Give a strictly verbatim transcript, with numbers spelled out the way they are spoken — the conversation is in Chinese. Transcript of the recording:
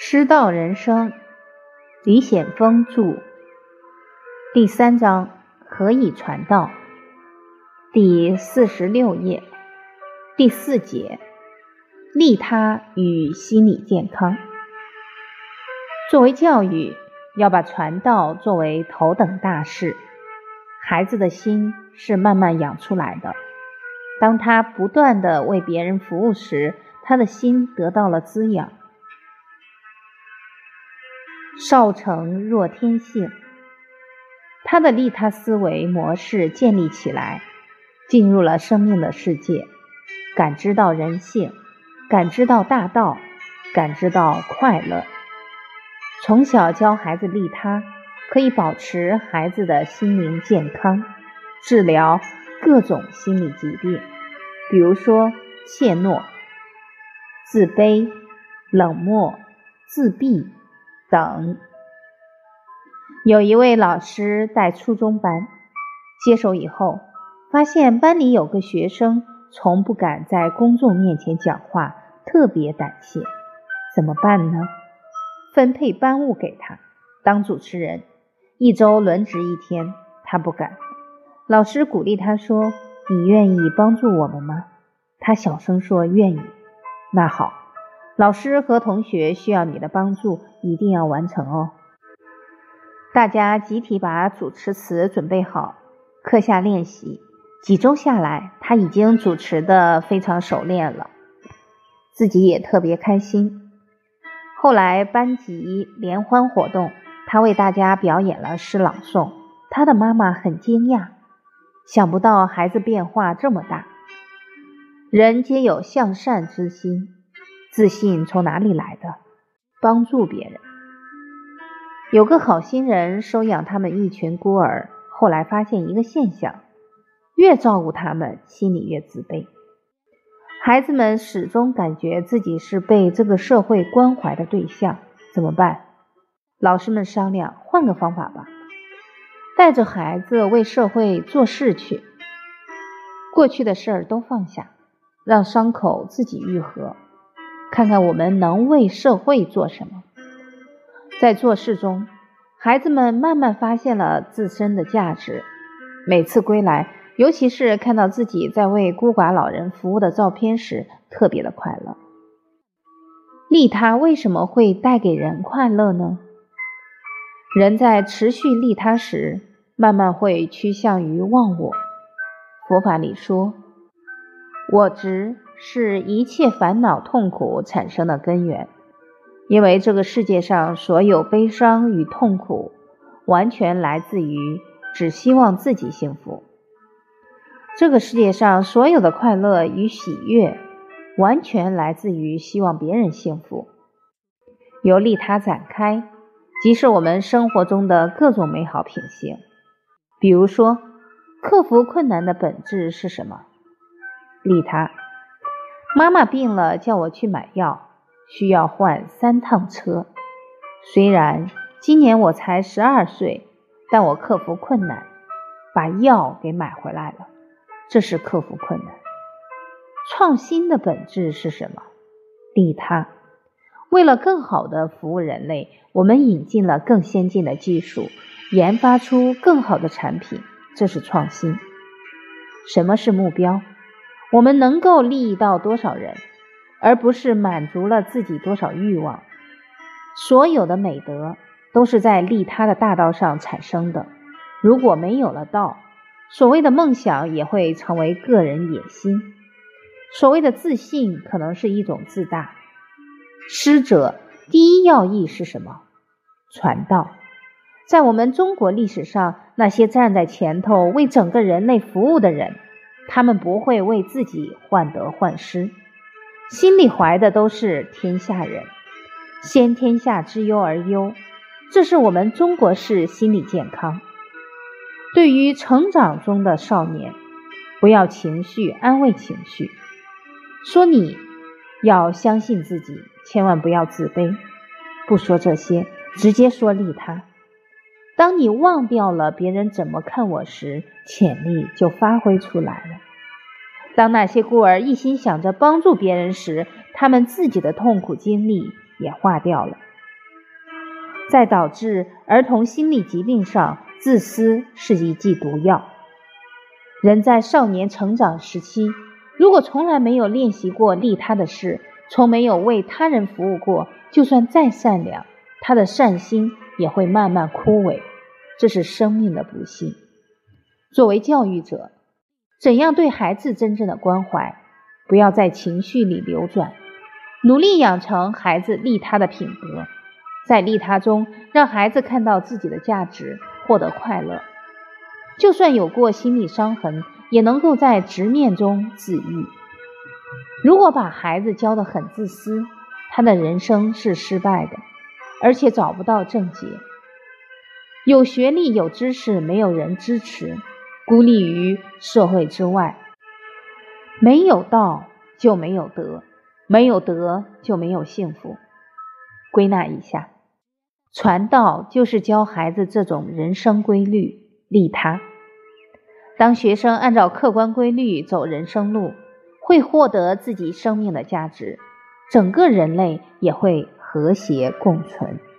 师道人生，李显峰著。第三章，何以传道？第四十六页，第四节，利他与心理健康。作为教育，要把传道作为头等大事。孩子的心是慢慢养出来的，当他不断地为别人服务时，他的心得到了滋养。少成若天性，他的利他思维模式建立起来，进入了生命的世界，感知到人性，感知到大道，感知到快乐。从小教孩子利他，可以保持孩子的心灵健康，治疗各种心理疾病，比如说怯懦、自卑、冷漠、自闭等。有一位老师带初中班，接手以后，发现班里有个学生从不敢在公众面前讲话，特别胆怯。怎么办呢？分配班务给他，当主持人，一周轮值一天，他不敢。老师鼓励他说：“你愿意帮助我们吗？”他小声说：“愿意。”那好，老师和同学需要你的帮助，一定要完成哦。大家集体把主持词准备好，课下练习。几周下来，他已经主持得非常熟练了，自己也特别开心。后来班级联欢活动，他为大家表演了诗朗诵，他的妈妈很惊讶，想不到孩子变化这么大。人皆有向善之心，自信从哪里来的？帮助别人。有个好心人收养他们一群孤儿，后来发现一个现象，越照顾他们，心里越自卑。孩子们始终感觉自己是被这个社会关怀的对象，怎么办？老师们商量，换个方法吧，带着孩子为社会做事去，过去的事儿都放下，让伤口自己愈合，看看我们能为社会做什么。在做事中，孩子们慢慢发现了自身的价值，每次归来，尤其是看到自己在为孤寡老人服务的照片时，特别的快乐。利他为什么会带给人快乐呢？人在持续利他时，慢慢会趋向于忘我。佛法里说，我执是一切烦恼痛苦产生的根源，因为这个世界上所有悲伤与痛苦，完全来自于只希望自己幸福。这个世界上所有的快乐与喜悦，完全来自于希望别人幸福。由利他展开，即是我们生活中的各种美好品行。比如说，克服困难的本质是什么？利他。妈妈病了，叫我去买药，需要换三趟车。虽然今年我才十二岁，但我克服困难，把药给买回来了。这是克服困难。创新的本质是什么？利他。为了更好地服务人类，我们引进了更先进的技术，研发出更好的产品，这是创新。什么是目标？我们能够利益到多少人，而不是满足了自己多少欲望。所有的美德都是在利他的大道上产生的，如果没有了道，所谓的梦想也会成为个人野心，所谓的自信可能是一种自大。师者第一要义是什么？传道。在我们中国历史上，那些站在前头为整个人类服务的人，他们不会为自己患得患失，心里怀的都是天下人，先天下之忧而忧，这是我们中国式心理健康。对于成长中的少年，不要情绪安慰情绪，说你要相信自己，千万不要自卑。不说这些，直接说利他。当你忘掉了别人怎么看我时，潜力就发挥出来了。当那些孤儿一心想着帮助别人时，他们自己的痛苦经历也化掉了。 在导致儿童心理疾病上，自私是一剂毒药。人在少年成长时期，如果从来没有练习过利他的事，从没有为他人服务过，就算再善良，他的善心也会慢慢枯萎，这是生命的不幸。作为教育者，怎样对孩子真正的关怀？不要在情绪里流转，努力养成孩子利他的品德，在利他中让孩子看到自己的价值，获得快乐。就算有过心理伤痕，也能够在直面中自愈。如果把孩子教得很自私，他的人生是失败的，而且找不到正解。有学历有知识，没有人支持，孤立于社会之外。没有道就没有德，没有德就没有幸福。归纳一下，传道就是教孩子这种人生规律，利他。当学生按照客观规律走人生路，会获得自己生命的价值，整个人类也会和谐共存。